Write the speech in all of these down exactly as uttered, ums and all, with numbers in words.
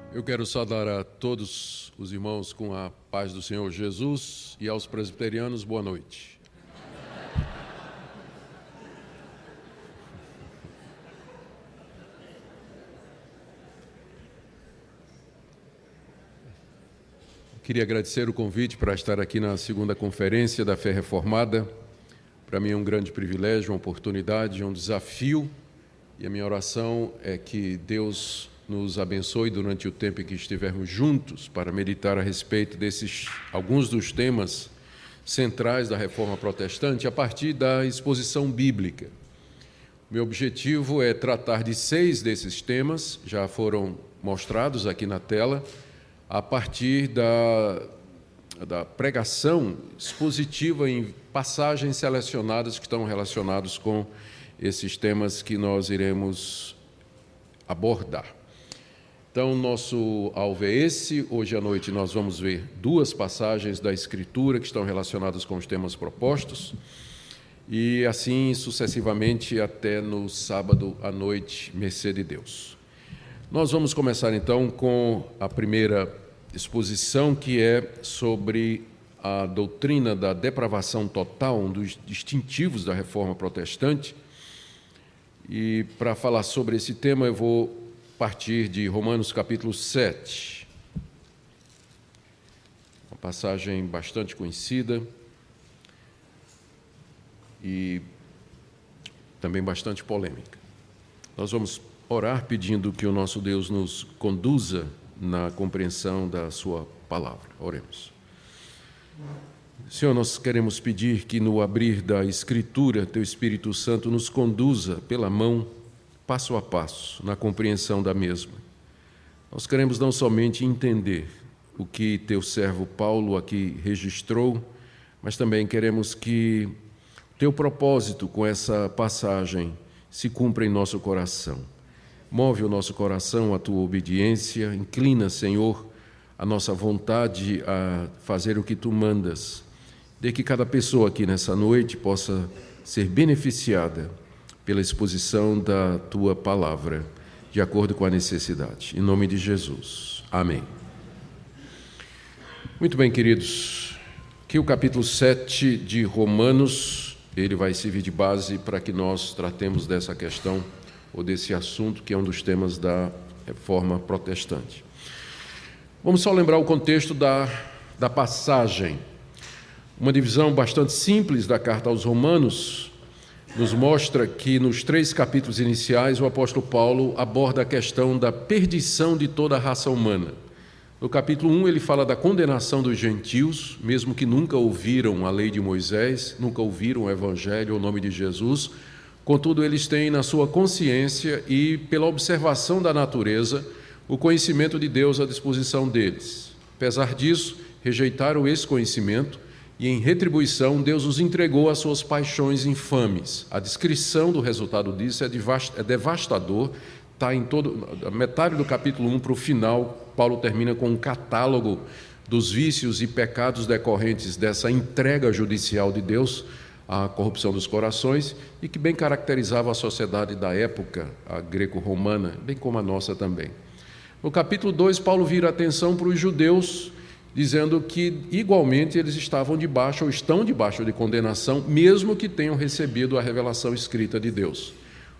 Eu quero saudar a todos os irmãos com a paz do Senhor Jesus e aos presbiterianos, boa noite. Queria agradecer o convite para estar aqui na segunda conferência da Fé Reformada. Para mim é um grande privilégio, uma oportunidade, um desafio, e a minha oração é que Deus nos abençoe durante o tempo em que estivermos juntos para meditar a respeito desses alguns dos temas centrais da Reforma Protestante a partir da exposição bíblica. Meu objetivo é tratar de seis desses temas, já foram mostrados aqui na tela, a partir da, da pregação expositiva em passagens selecionadas que estão relacionadas com esses temas que nós iremos abordar. Então, nosso alvo é esse. Hoje à noite nós vamos ver duas passagens da Escritura que estão relacionadas com os temas propostos e assim sucessivamente até no sábado à noite, mercê de Deus. Nós vamos começar então com a primeira exposição, que é sobre a doutrina da depravação total, um dos distintivos da Reforma Protestante. E para falar sobre esse tema eu vou partir de Romanos capítulo sete, uma passagem bastante conhecida e também bastante polêmica. Nós vamos orar pedindo que o nosso Deus nos conduza na compreensão da sua palavra. Oremos. Senhor, nós queremos pedir que no abrir da Escritura, Teu Espírito Santo nos conduza pela mão, passo a passo, na compreensão da mesma. Nós queremos não somente entender o que teu servo Paulo aqui registrou, mas também queremos que teu propósito com essa passagem se cumpra em nosso coração. Move o nosso coração à tua obediência, inclina, Senhor, a nossa vontade a fazer o que tu mandas, de que cada pessoa aqui nessa noite possa ser beneficiada pela exposição da tua palavra, de acordo com a necessidade. Em nome de Jesus. Amém. Muito bem, queridos. Aqui o capítulo sete de Romanos, ele vai servir de base para que nós tratemos dessa questão ou desse assunto que é um dos temas da Reforma Protestante. Vamos só lembrar o contexto da, da passagem. Uma divisão bastante simples da carta aos Romanos nos mostra que nos três capítulos iniciais o apóstolo Paulo aborda a questão da perdição de toda a raça humana. No capítulo um ele fala da condenação dos gentios, mesmo que nunca ouviram a lei de Moisés, nunca ouviram o evangelho ou o nome de Jesus, contudo eles têm na sua consciência e pela observação da natureza o conhecimento de Deus à disposição deles. Apesar disso, rejeitaram esse conhecimento e, em retribuição, Deus os entregou às suas paixões infames. A descrição do resultado disso é devastador. Está em todo, a metade do capítulo um para o final, Paulo termina com um catálogo dos vícios e pecados decorrentes dessa entrega judicial de Deus à corrupção dos corações e que bem caracterizava a sociedade da época, a greco-romana, bem como a nossa também. No capítulo dois, Paulo vira a atenção para os judeus, dizendo que, igualmente, eles estavam debaixo ou estão debaixo de condenação, mesmo que tenham recebido a revelação escrita de Deus.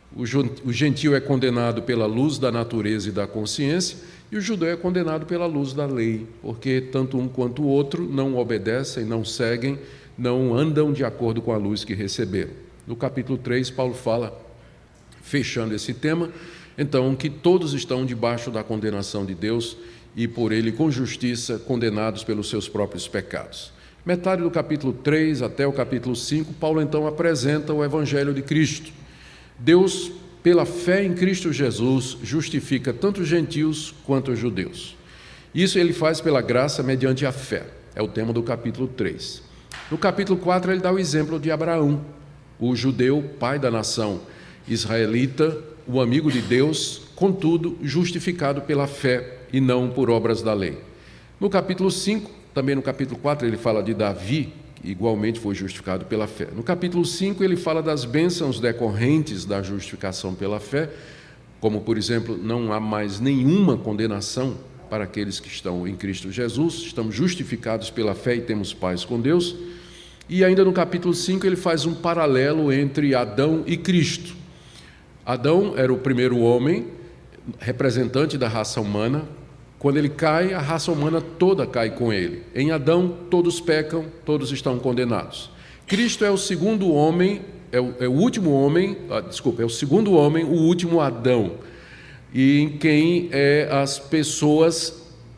O gentio é condenado pela luz da natureza e da consciência, e o judeu é condenado pela luz da lei, porque tanto um quanto o outro não obedecem, não seguem, não andam de acordo com a luz que receberam. No capítulo três, Paulo fala, fechando esse tema, então, que todos estão debaixo da condenação de Deus, e por ele, com justiça, condenados pelos seus próprios pecados. Metade do capítulo três até o capítulo cinco, Paulo então apresenta o Evangelho de Cristo. Deus, pela fé em Cristo Jesus, justifica tanto os gentios quanto os judeus. Isso ele faz pela graça mediante a fé, é o tema do capítulo três. No capítulo quatro, ele dá o exemplo de Abraão, o judeu, pai da nação israelita, o amigo de Deus, contudo, justificado pela fé e não por obras da lei. No capítulo cinco, também no capítulo quatro, ele fala de Davi, que igualmente foi justificado pela fé. No capítulo cinco, ele fala das bênçãos decorrentes da justificação pela fé, como, por exemplo, não há mais nenhuma condenação para aqueles que estão em Cristo Jesus, estamos justificados pela fé e temos paz com Deus. E ainda no capítulo cinco ele faz um paralelo entre Adão e Cristo. Adão era o primeiro homem, representante da raça humana. Quando ele cai, a raça humana toda cai com ele. Em Adão, todos pecam, todos estão condenados. Cristo é o segundo homem, é o, é o último homem, ah, desculpa, é o segundo homem, o último Adão, e em quem é, as pessoas,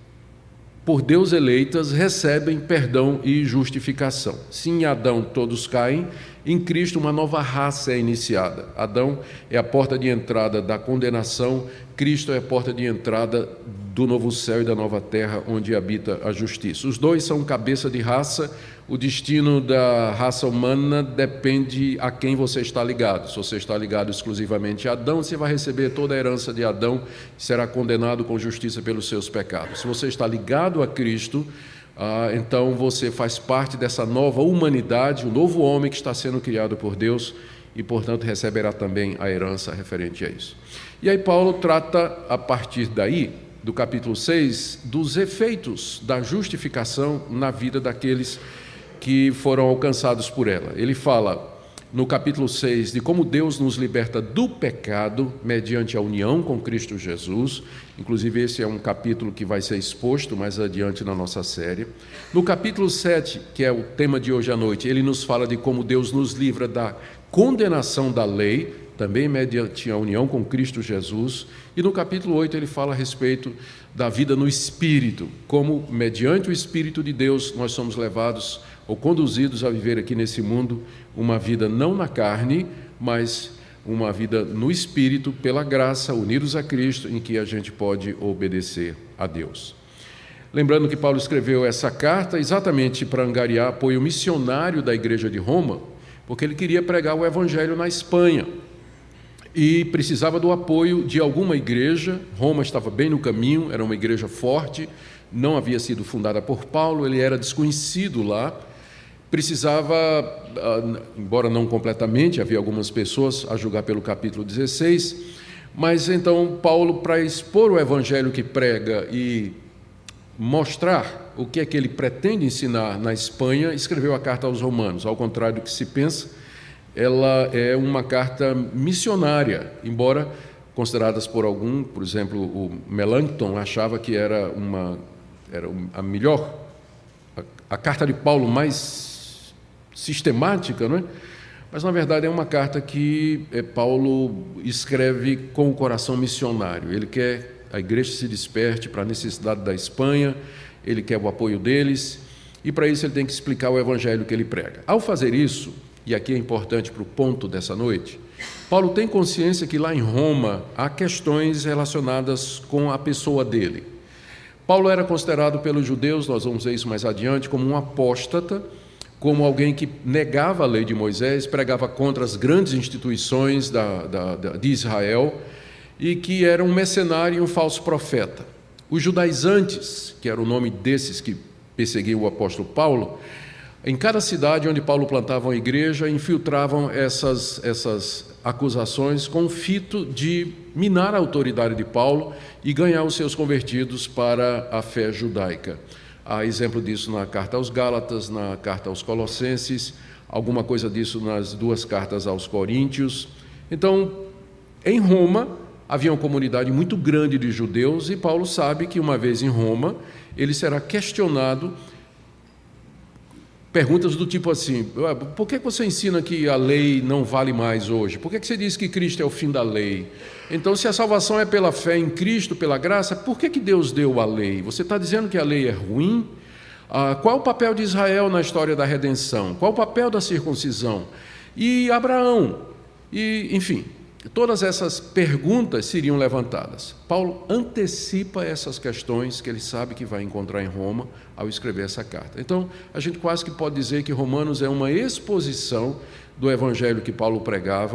por Deus eleitas, recebem perdão e justificação. Se em Adão todos caem, em Cristo uma nova raça é iniciada. Adão é a porta de entrada da condenação, Cristo é a porta de entrada do novo céu e da nova terra, onde habita a justiça. Os dois são cabeça de raça. O destino da raça humana depende a quem você está ligado. Se você está ligado exclusivamente a Adão, você vai receber toda a herança de Adão e será condenado com justiça pelos seus pecados. Se você está ligado a Cristo, ah, então você faz parte dessa nova humanidade, o novo homem que está sendo criado por Deus e, portanto, receberá também a herança referente a isso. E aí Paulo trata, a partir daí, do capítulo seis, dos efeitos da justificação na vida daqueles que foram alcançados por ela. Ele fala, no capítulo seis, de como Deus nos liberta do pecado mediante a união com Cristo Jesus. Inclusive, esse é um capítulo que vai ser exposto mais adiante na nossa série. No capítulo sete, que é o tema de hoje à noite, ele nos fala de como Deus nos livra da condenação da lei, também mediante a união com Cristo Jesus. E no capítulo oito ele fala a respeito da vida no Espírito, como mediante o Espírito de Deus nós somos levados ou conduzidos a viver aqui nesse mundo uma vida não na carne, mas uma vida no Espírito, pela graça, unidos a Cristo, em que a gente pode obedecer a Deus. Lembrando que Paulo escreveu essa carta exatamente para angariar apoio missionário da Igreja de Roma, porque ele queria pregar o Evangelho na Espanha e precisava do apoio de alguma igreja. Roma estava bem no caminho, era uma igreja forte, não havia sido fundada por Paulo, ele era desconhecido lá, precisava, embora não completamente, havia algumas pessoas, a julgar pelo capítulo dezesseis, mas então Paulo, para expor o evangelho que prega e mostrar o que é que ele pretende ensinar na Espanha, escreveu a carta aos Romanos. Ao contrário do que se pensa, ela é uma carta missionária, embora consideradas por algum, por exemplo, o Melanchthon achava que era, uma, era a melhor, a, a carta de Paulo mais sistemática, não é? Mas, na verdade, é uma carta que é, Paulo escreve com o coração missionário. Ele quer a igreja se desperte para a necessidade da Espanha, ele quer o apoio deles, e para isso ele tem que explicar o evangelho que ele prega. Ao fazer isso, e aqui é importante para o ponto dessa noite, Paulo tem consciência que lá em Roma há questões relacionadas com a pessoa dele. Paulo era considerado pelos judeus, nós vamos ver isso mais adiante, como um apóstata, como alguém que negava a lei de Moisés, pregava contra as grandes instituições da, da, da, de Israel, e que era um mercenário e um falso profeta. Os judaizantes, que era o nome desses que perseguiam o apóstolo Paulo, em cada cidade onde Paulo plantava uma igreja, infiltravam essas, essas acusações com o fito de minar a autoridade de Paulo e ganhar os seus convertidos para a fé judaica. Há exemplo disso na carta aos Gálatas, na carta aos Colossenses, alguma coisa disso nas duas cartas aos Coríntios. Então, em Roma, havia uma comunidade muito grande de judeus e Paulo sabe que, uma vez em Roma, ele será questionado. Perguntas do tipo assim: por que você ensina que a lei não vale mais hoje? Por que você diz que Cristo é o fim da lei? Então, se a salvação é pela fé em Cristo, pela graça, por que que Deus deu a lei? Você está dizendo que a lei é ruim? Ah, qual o papel de Israel na história da redenção? Qual o papel da circuncisão? E Abraão? E, enfim, todas essas perguntas seriam levantadas. Paulo antecipa essas questões que ele sabe que vai encontrar em Roma ao escrever essa carta. Então, a gente quase que pode dizer que Romanos é uma exposição do evangelho que Paulo pregava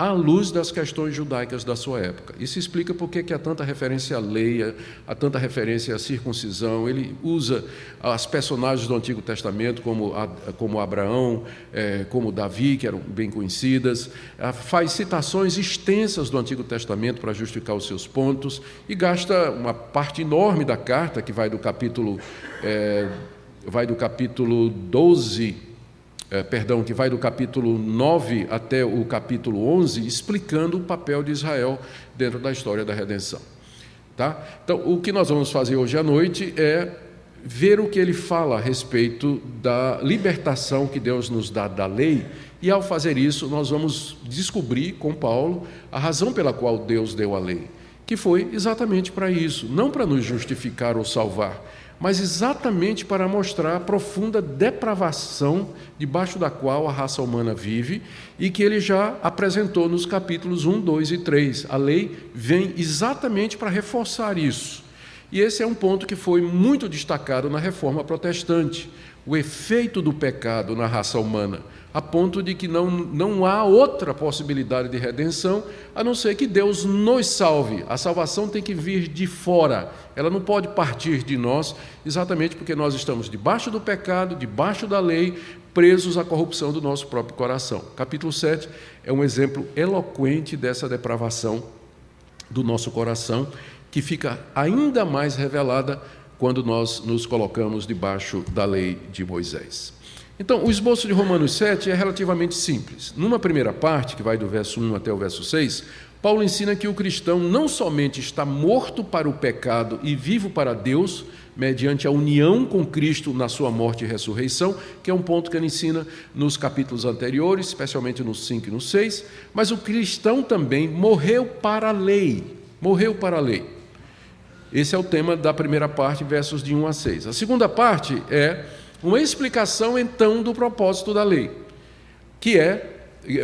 à luz das questões judaicas da sua época. Isso explica por que há tanta referência à lei, há tanta referência à circuncisão. Ele usa as personagens do Antigo Testamento, como, como Abraão, é, como Davi, que eram bem conhecidas, faz citações extensas do Antigo Testamento para justificar os seus pontos, e gasta uma parte enorme da carta, que vai do capítulo, é, vai do capítulo doze, É, perdão, que vai do capítulo nove até o capítulo onze, explicando o papel de Israel dentro da história da redenção. Tá? Então, o que nós vamos fazer hoje à noite é ver o que ele fala a respeito da libertação que Deus nos dá da lei, e ao fazer isso, nós vamos descobrir com Paulo a razão pela qual Deus deu a lei, que foi exatamente para isso, não para nos justificar ou salvar, mas exatamente para mostrar a profunda depravação debaixo da qual a raça humana vive, e que ele já apresentou nos capítulos um, dois e três. A lei vem exatamente para reforçar isso. E esse é um ponto que foi muito destacado na Reforma Protestante, o efeito do pecado na raça humana, a ponto de que não, não há outra possibilidade de redenção, a não ser que Deus nos salve. A salvação tem que vir de fora, ela não pode partir de nós, exatamente porque nós estamos debaixo do pecado, debaixo da lei, presos à corrupção do nosso próprio coração. Capítulo sete é um exemplo eloquente dessa depravação do nosso coração, que fica ainda mais revelada quando nós nos colocamos debaixo da lei de Moisés. Então, o esboço de Romanos sete é relativamente simples. Numa primeira parte, que vai do verso um até o verso seis, Paulo ensina que o cristão não somente está morto para o pecado e vivo para Deus, mediante a união com Cristo na sua morte e ressurreição, que é um ponto que ele ensina nos capítulos anteriores, especialmente no cinco e no seis, mas o cristão também morreu para a lei, morreu para a lei. Esse é o tema da primeira parte, versos de um a seis. A segunda parte é uma explicação, então, do propósito da lei, que é,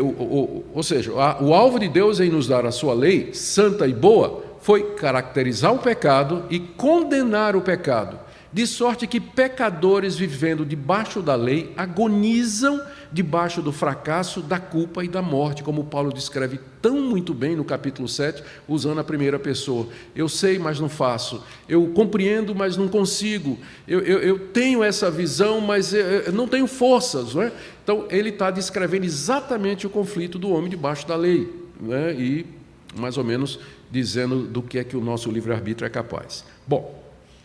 ou seja, o alvo de Deus em nos dar a sua lei, santa e boa, foi caracterizar o pecado e condenar o pecado, de sorte que pecadores vivendo debaixo da lei agonizam debaixo do fracasso, da culpa e da morte, como Paulo descreve tão muito bem no capítulo sete, usando a primeira pessoa. Eu sei, mas não faço. Eu compreendo, mas não consigo. Eu, eu, eu tenho essa visão, mas eu não tenho forças. Não é? Então, ele está descrevendo exatamente o conflito do homem debaixo da lei, não é? E, mais ou menos, dizendo do que é que o nosso livre-arbítrio é capaz. Bom,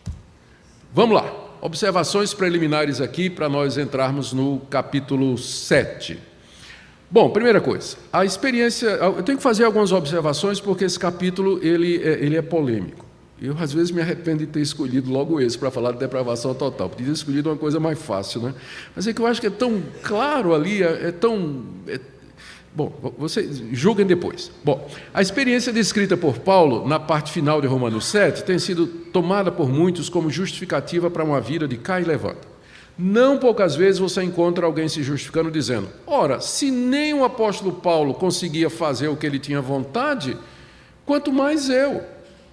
vamos lá. Observações preliminares aqui para nós entrarmos no capítulo sete. Bom, primeira coisa, a experiência... Eu tenho que fazer algumas observações porque esse capítulo ele é, ele é polêmico. Eu, às vezes, me arrependo de ter escolhido logo esse para falar de depravação total. Podia ter escolhido uma coisa mais fácil, né? Mas é que eu acho que é tão claro ali, é, é tão... É, Bom, vocês julguem depois. Bom, a experiência descrita por Paulo na parte final de Romanos sete tem sido tomada por muitos como justificativa para uma vida de cai e levanta. Não poucas vezes você encontra alguém se justificando dizendo: ora, se nem o apóstolo Paulo conseguia fazer o que ele tinha vontade, quanto mais eu.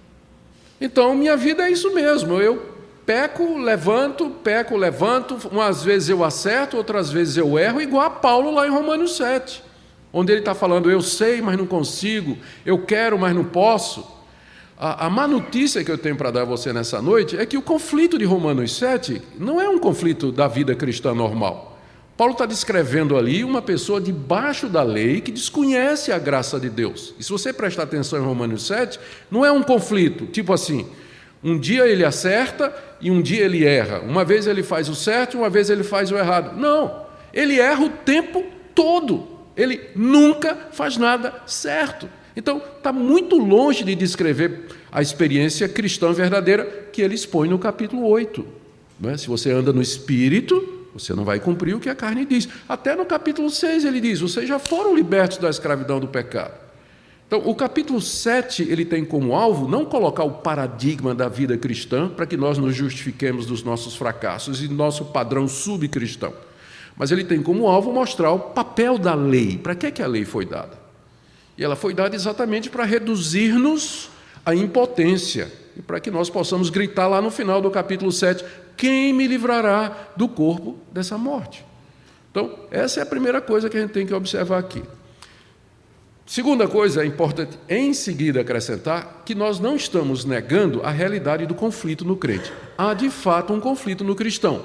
Então, minha vida é isso mesmo, eu peco, levanto, peco, levanto, umas vezes eu acerto, outras vezes eu erro, igual a Paulo lá em Romanos sete. Onde ele está falando, eu sei, mas não consigo, eu quero, mas não posso. A, a má notícia que eu tenho para dar a você nessa noite é que o conflito de Romanos sete não é um conflito da vida cristã normal. Paulo está descrevendo ali uma pessoa debaixo da lei que desconhece a graça de Deus. E se você prestar atenção em Romanos sete, não é um conflito, tipo assim, um dia ele acerta e um dia ele erra. Uma vez ele faz o certo e uma vez ele faz o errado. Não, ele erra o tempo todo. Ele nunca faz nada certo. Então, está muito longe de descrever a experiência cristã verdadeira que ele expõe no capítulo oito. Não é? Se você anda no Espírito, você não vai cumprir o que a carne diz. Até no capítulo seis ele diz, vocês já foram libertos da escravidão do pecado. Então, o capítulo sete ele tem como alvo não colocar o paradigma da vida cristã para que nós nos justifiquemos dos nossos fracassos e do nosso padrão subcristão. Mas ele tem como alvo mostrar o papel da lei. Para que, que a lei foi dada? E ela foi dada exatamente para reduzir-nos à impotência e para que nós possamos gritar lá no final do capítulo sete, quem me livrará do corpo dessa morte? Então, essa é a primeira coisa que a gente tem que observar aqui. Segunda coisa, é importante em seguida acrescentar que nós não estamos negando a realidade do conflito no crente. Há de fato um conflito no cristão.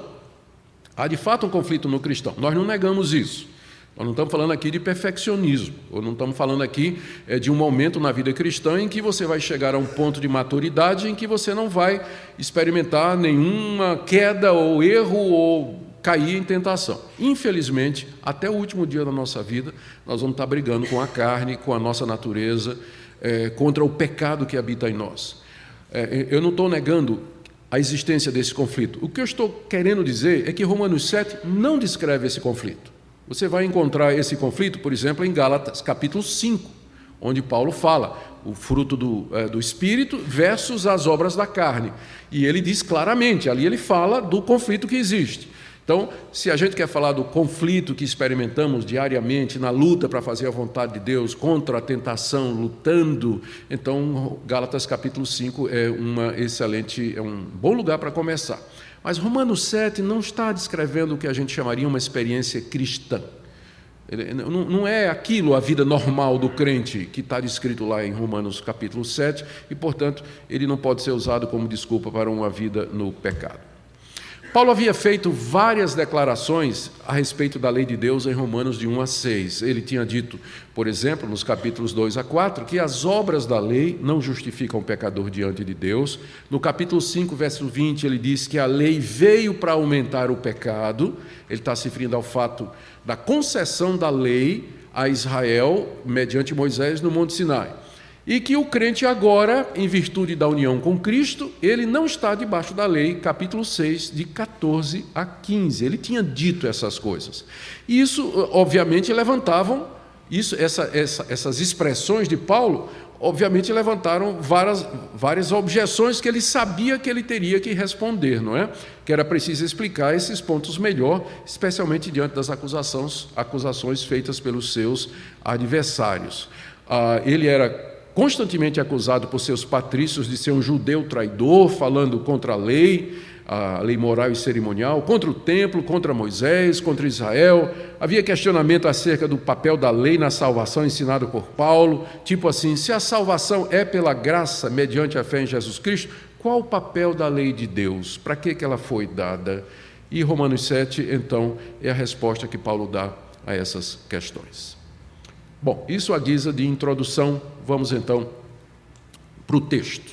Há de fato um conflito no cristão. Nós não negamos isso. Nós não estamos falando aqui de perfeccionismo, ou não estamos falando aqui é, de um momento na vida cristã em que você vai chegar a um ponto de maturidade em que você não vai experimentar nenhuma queda ou erro ou cair em tentação. Infelizmente, até o último dia da nossa vida, nós vamos estar brigando com a carne, com a nossa natureza, é, contra o pecado que habita em nós. É, eu não estou negando a existência desse conflito. O que eu estou querendo dizer é que Romanos sete não descreve esse conflito. Você vai encontrar esse conflito, por exemplo, em Gálatas, capítulo cinco, onde Paulo fala o fruto do, é, do Espírito versus as obras da carne. E ele diz claramente, ali ele fala do conflito que existe. Então, se a gente quer falar do conflito que experimentamos diariamente na luta para fazer a vontade de Deus, contra a tentação, lutando, então Gálatas capítulo cinco é uma excelente, é um bom lugar para começar. Mas Romanos sete não está descrevendo o que a gente chamaria uma experiência cristã. Ele, não, não é aquilo, a vida normal do crente, que está descrito lá em Romanos capítulo sete, e, portanto, ele não pode ser usado como desculpa para uma vida no pecado. Paulo havia feito várias declarações a respeito da lei de Deus em Romanos de um a seis. Ele tinha dito, por exemplo, nos capítulos dois a quatro, que as obras da lei não justificam o pecador diante de Deus. No capítulo cinco, verso vinte, ele diz que a lei veio para aumentar o pecado. Ele está se referindo ao fato da concessão da lei a Israel, mediante Moisés, no Monte Sinai. E que o crente agora, em virtude da união com Cristo, ele não está debaixo da lei, capítulo seis, de catorze a quinze. Ele tinha dito essas coisas. E isso, obviamente, levantavam, isso, essa, essa, essas expressões de Paulo, obviamente, levantaram várias, várias objeções que ele sabia que ele teria que responder, não é? Que era preciso explicar esses pontos melhor, especialmente diante das acusações, acusações feitas pelos seus adversários. Ah, ele era constantemente acusado por seus patrícios de ser um judeu traidor, falando contra a lei, a lei moral e cerimonial, contra o templo, contra Moisés, contra Israel. Havia questionamento acerca do papel da lei na salvação ensinado por Paulo, tipo assim, se a salvação é pela graça, mediante a fé em Jesus Cristo, qual o papel da lei de Deus? Para que ela foi dada? E Romanos sete, então, é a resposta que Paulo dá a essas questões. Bom, isso à guisa de introdução, vamos então para o texto.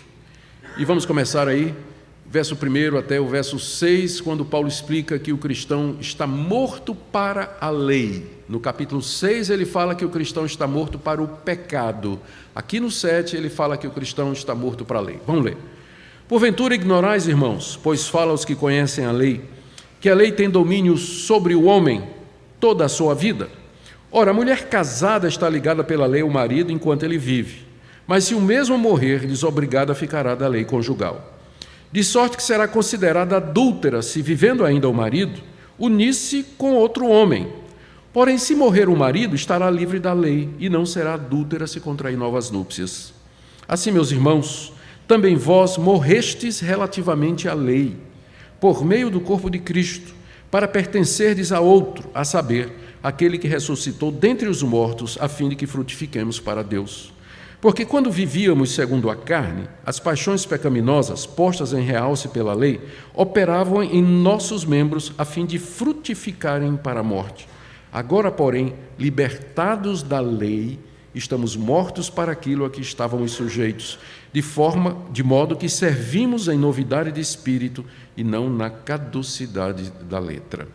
E vamos começar aí, verso primeiro até o verso seis, quando Paulo explica que o cristão está morto para a lei. No capítulo seis ele fala que o cristão está morto para o pecado. Aqui no sete ele fala que o cristão está morto para a lei. Vamos ler. Porventura ignorais, irmãos, pois fala aos que conhecem a lei, que a lei tem domínio sobre o homem toda a sua vida. Ora, a mulher casada está ligada pela lei ao marido enquanto ele vive, mas se o mesmo morrer, desobrigada ficará da lei conjugal. De sorte que será considerada adúltera se, vivendo ainda o marido, unir-se com outro homem. Porém, se morrer o marido, estará livre da lei e não será adúltera se contrair novas núpcias. Assim, meus irmãos, também vós morrestes relativamente à lei, por meio do corpo de Cristo, para pertencerdes a outro, a saber, aquele que ressuscitou dentre os mortos, a fim de que frutifiquemos para Deus. Porque quando vivíamos segundo a carne, as paixões pecaminosas, postas em realce pela lei, operavam em nossos membros, a fim de frutificarem para a morte. Agora, porém, libertados da lei, estamos mortos para aquilo a que estávamos sujeitos, de forma, de modo que servimos em novidade de espírito e não na caducidade da letra.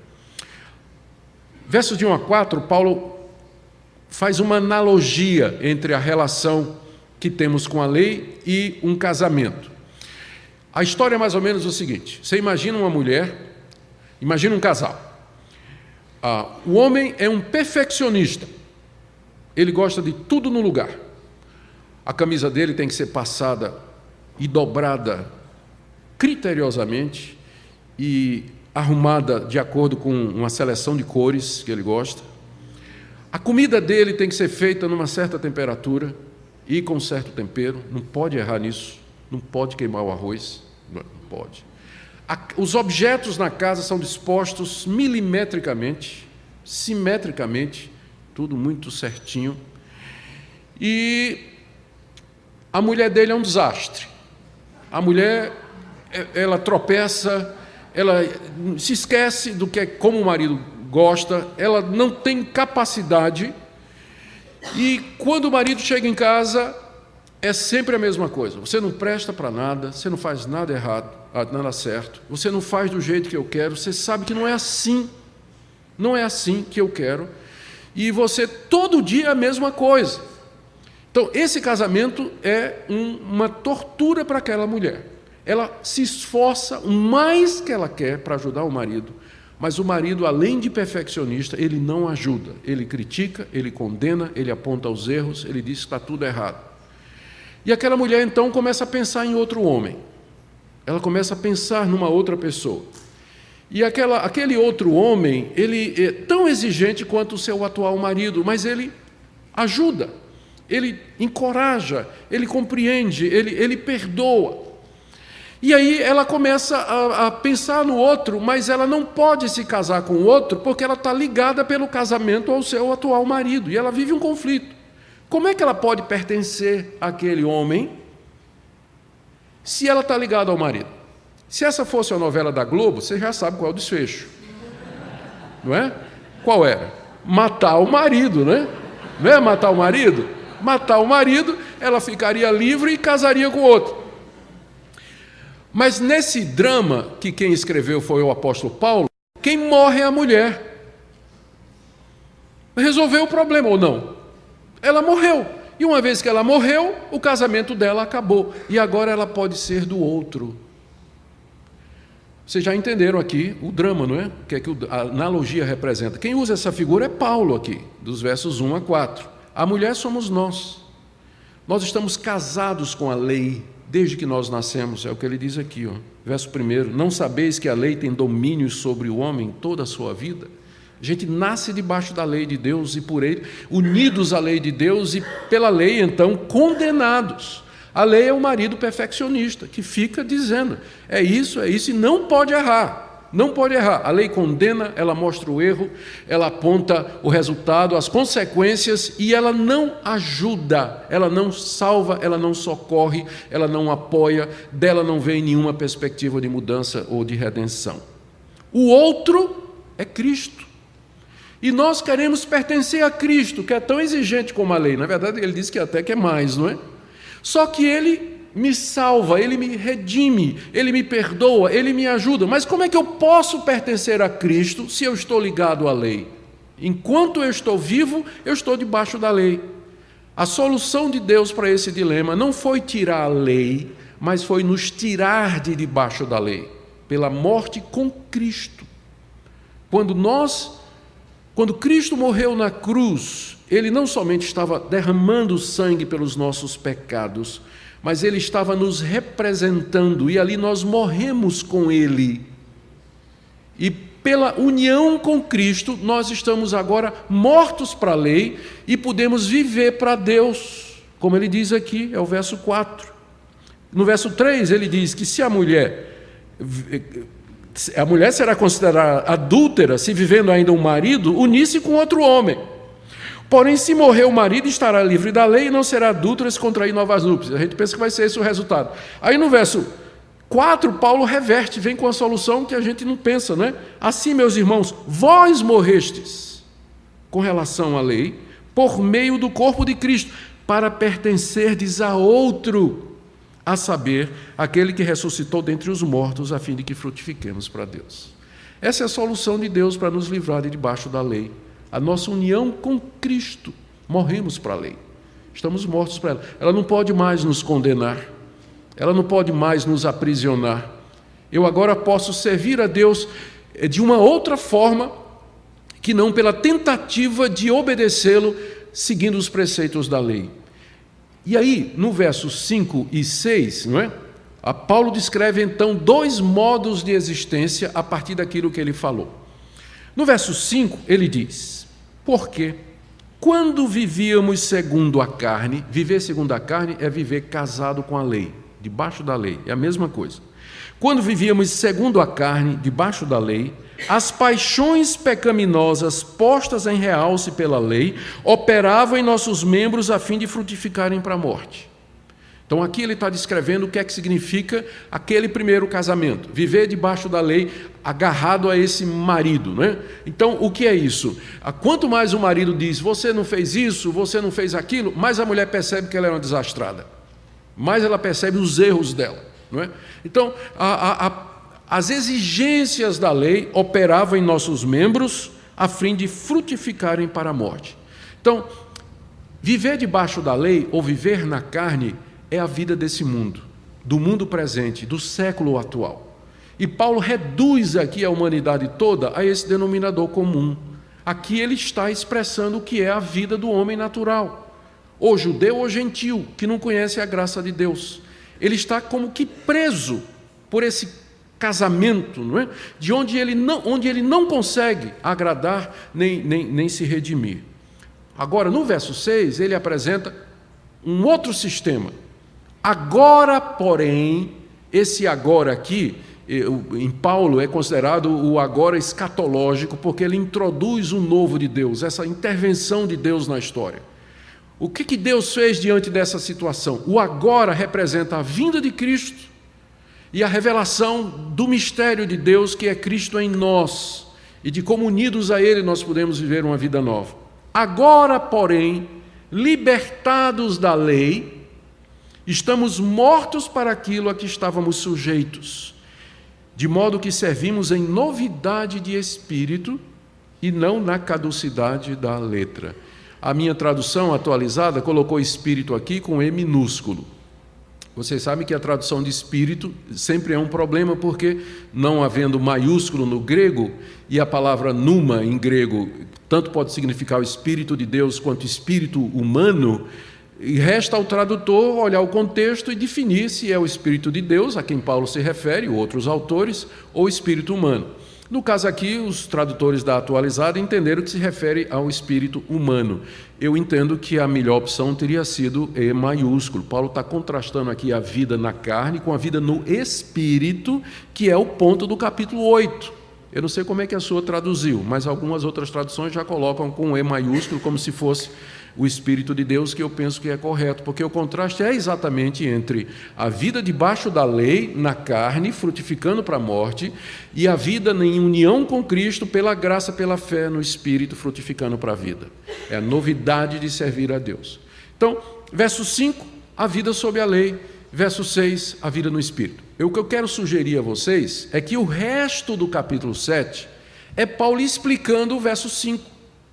Versos de um a quatro, Paulo faz uma analogia entre a relação que temos com a lei e um casamento. A história é mais ou menos o seguinte: você imagina uma mulher, imagina um casal. Ah, o homem é um perfeccionista, ele gosta de tudo no lugar. A camisa dele tem que ser passada e dobrada criteriosamente e arrumada de acordo com uma seleção de cores que ele gosta. A comida dele tem que ser feita numa certa temperatura e com certo tempero, não pode errar nisso, não pode queimar o arroz, não pode. Os objetos na casa são dispostos milimetricamente, simetricamente, tudo muito certinho. e a mulher dele é um desastre. A mulher, ela tropeça, ela se esquece do que é como o marido gosta, ela não tem capacidade, e quando o marido chega em casa, é sempre a mesma coisa. Você não presta para nada, você não faz nada errado, nada certo, você não faz do jeito que eu quero, você sabe que não é assim, não é assim que eu quero, e você todo dia é a mesma coisa. Então, esse casamento é um, uma tortura para aquela mulher. Ela se esforça o mais que ela quer para ajudar o marido, mas o marido, além de perfeccionista, ele não ajuda. Ele critica, ele condena, ele aponta os erros, ele diz que está tudo errado. E aquela mulher, então, começa a pensar em outro homem. Ela começa a pensar numa outra pessoa. E aquela, aquele outro homem, ele é tão exigente quanto o seu atual marido, mas ele ajuda, ele encoraja, ele compreende, ele, ele perdoa. E aí ela começa a, a pensar no outro, mas ela não pode se casar com o outro, porque ela está ligada pelo casamento ao seu atual marido, e ela vive um conflito. Como é que ela pode pertencer àquele homem se ela está ligada ao marido? Se essa fosse a novela da Globo, você já sabe qual é o desfecho, não é? Qual era? Matar o marido, né? Não é matar o marido? Matar o marido, ela ficaria livre e casaria com outro. Mas nesse drama, que quem escreveu foi o apóstolo Paulo, quem morre é a mulher. Resolveu o problema ou não? Ela morreu. E uma vez que ela morreu, o casamento dela acabou. E agora ela pode ser do outro. Vocês já entenderam aqui o drama, não é? O que é que a analogia representa? Quem usa essa figura é Paulo aqui, dos versos um a quatro. A mulher somos nós. Nós estamos casados com a lei desde que nós nascemos, é o que ele diz aqui, ó. Verso primeiro, não sabeis que a lei tem domínio sobre o homem toda a sua vida? A gente nasce debaixo da lei de Deus e por ele, unidos à lei de Deus e pela lei, então, condenados. A lei é o marido perfeccionista, que fica dizendo, é isso, é isso, e não pode errar. Não pode errar. A lei condena, ela mostra o erro, ela aponta o resultado, as consequências, e ela não ajuda, ela não salva, ela não socorre, ela não apoia, dela não vem nenhuma perspectiva de mudança ou de redenção. O outro é Cristo. E nós queremos pertencer a Cristo, que é tão exigente como a lei. Na verdade, ele diz que até que é mais, não é? Só que ele me salva, ele me redime, ele me perdoa, ele me ajuda. Mas como é que eu posso pertencer a Cristo se eu estou ligado à lei? Enquanto eu estou vivo, eu estou debaixo da lei. A solução de Deus para esse dilema não foi tirar a lei, mas foi nos tirar de debaixo da lei, pela morte com Cristo. Quando nós, quando Cristo morreu na cruz, ele não somente estava derramando sangue pelos nossos pecados, mas ele estava nos representando, e ali nós morremos com ele. E pela união com Cristo, nós estamos agora mortos para a lei e podemos viver para Deus, como ele diz aqui, é o verso quatro. No verso três, ele diz que se a mulher, a mulher será considerada adúltera se vivendo ainda um marido, unir-se com outro homem. Porém, se morrer o marido, estará livre da lei e não será adúltera se contrair novas núpcias. A gente pensa que vai ser esse o resultado. Aí no verso quatro, Paulo reverte, vem com a solução que a gente não pensa, né? Assim, meus irmãos, vós morrestes com relação à lei, por meio do corpo de Cristo, para pertencerdes a outro, a saber, aquele que ressuscitou dentre os mortos, a fim de que frutifiquemos para Deus. Essa é a solução de Deus para nos livrar de debaixo da lei. A nossa união com Cristo, morremos para a lei, estamos mortos para ela. Ela não pode mais nos condenar, ela não pode mais nos aprisionar. Eu agora posso servir a Deus de uma outra forma, que não pela tentativa de obedecê-lo, seguindo os preceitos da lei. E aí, no versos cinco e seis, não é? A Paulo descreve então dois modos de existência a partir daquilo que ele falou. No verso cinco, ele diz, porque quando vivíamos segundo a carne, viver segundo a carne é viver casado com a lei, debaixo da lei, é a mesma coisa. Quando vivíamos segundo a carne, debaixo da lei, as paixões pecaminosas postas em realce pela lei operavam em nossos membros a fim de frutificarem para a morte. Então aqui ele está descrevendo o que é que significa aquele primeiro casamento, viver debaixo da lei, agarrado a esse marido, né? Então o que é isso? Quanto mais o marido diz, você não fez isso, você não fez aquilo, mais a mulher percebe que ela é uma desastrada, mais ela percebe os erros dela, não é? Então a, a, a as exigências da lei operavam em nossos membros a fim de frutificarem para a morte. Então, viver debaixo da lei ou viver na carne é a vida desse mundo, do mundo presente, do século atual. E Paulo reduz aqui a humanidade toda a esse denominador comum. Aqui ele está expressando o que é a vida do homem natural, ou judeu ou gentil, que não conhece a graça de Deus. Ele está como que preso por esse casamento, não é? De onde ele não, onde ele não consegue agradar nem, nem, nem se redimir. Agora, no verso seis, ele apresenta um outro sistema. Agora, porém, esse agora aqui, em Paulo, é considerado o agora escatológico, porque ele introduz o novo de Deus, essa intervenção de Deus na história. O que, que Deus fez diante dessa situação? O agora representa a vinda de Cristo e a revelação do mistério de Deus, que é Cristo em nós, e de como unidos a Ele nós podemos viver uma vida nova. Agora, porém, libertados da lei, estamos mortos para aquilo a que estávamos sujeitos, de modo que servimos em novidade de espírito e não na caducidade da letra. A minha tradução atualizada colocou espírito aqui com E minúsculo. Vocês sabem que a tradução de espírito sempre é um problema, porque não havendo maiúsculo no grego, e a palavra pneuma em grego tanto pode significar o espírito de Deus quanto espírito humano, e resta ao tradutor olhar o contexto e definir se é o espírito de Deus, a quem Paulo se refere, ou outros autores, ou espírito humano. No caso aqui, os tradutores da atualizada entenderam que se refere ao espírito humano. Eu entendo que a melhor opção teria sido E maiúsculo. Paulo está contrastando aqui a vida na carne com a vida no espírito, que é o ponto do capítulo oito. Eu não sei como é que a sua traduziu, mas algumas outras traduções já colocam com E maiúsculo, como se fosse o Espírito de Deus, que eu penso que é correto, porque o contraste é exatamente entre a vida debaixo da lei, na carne, frutificando para a morte, e a vida em união com Cristo, pela graça, pela fé no Espírito, frutificando para a vida. É a novidade de servir a Deus. Então, verso cinco, a vida sob a lei. Verso seis, a vida no Espírito. E o que eu quero sugerir a vocês é que o resto do capítulo sete é Paulo explicando o verso cinco.